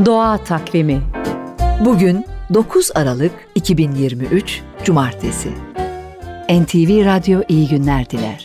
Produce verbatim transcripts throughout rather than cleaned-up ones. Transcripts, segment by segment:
Doğa Takvimi. Bugün dokuz Aralık iki bin yirmi üç Cumartesi. N T V Radyo iyi günler diler.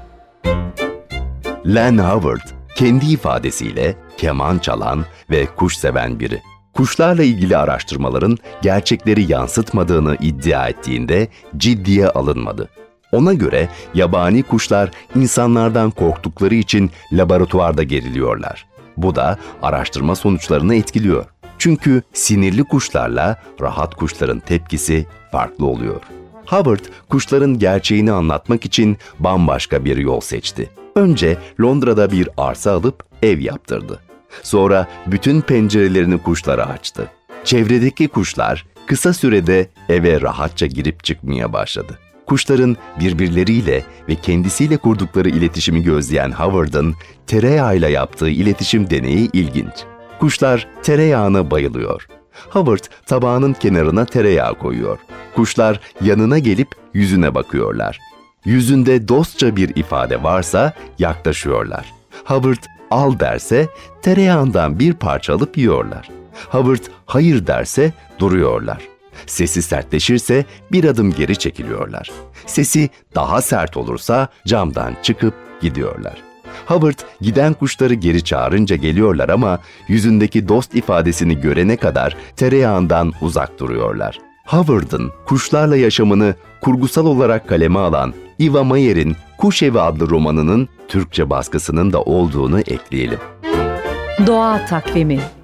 Len Howard, kendi ifadesiyle keman çalan ve kuş seven biri. Kuşlarla ilgili araştırmaların gerçekleri yansıtmadığını iddia ettiğinde ciddiye alınmadı. Ona göre yabani kuşlar insanlardan korktukları için laboratuvarda geriliyorlar. Bu da araştırma sonuçlarını etkiliyor. Çünkü sinirli kuşlarla rahat kuşların tepkisi farklı oluyor. Howard, kuşların gerçeğini anlatmak için bambaşka bir yol seçti. Önce Londra'da bir arsa alıp ev yaptırdı. Sonra bütün pencerelerini kuşlara açtı. Çevredeki kuşlar kısa sürede eve rahatça girip çıkmaya başladı. Kuşların birbirleriyle ve kendisiyle kurdukları iletişimi gözleyen Howard'ın tereyağıyla yaptığı iletişim deneyi ilginç. Kuşlar tereyağına bayılıyor. Howard tabağının kenarına tereyağı koyuyor. Kuşlar yanına gelip yüzüne bakıyorlar. Yüzünde dostça bir ifade varsa yaklaşıyorlar. Howard al derse tereyağından bir parça alıp yiyorlar. Howard hayır derse duruyorlar. Sesi sertleşirse bir adım geri çekiliyorlar. Sesi daha sert olursa camdan çıkıp gidiyorlar. Howard giden kuşları geri çağırınca geliyorlar ama yüzündeki dost ifadesini görene kadar tereyağından uzak duruyorlar. Howard'ın kuşlarla yaşamını kurgusal olarak kaleme alan Eva Mayer'in Kuş Evi adlı romanının Türkçe baskısının da olduğunu ekleyelim. Doğa Takvimi.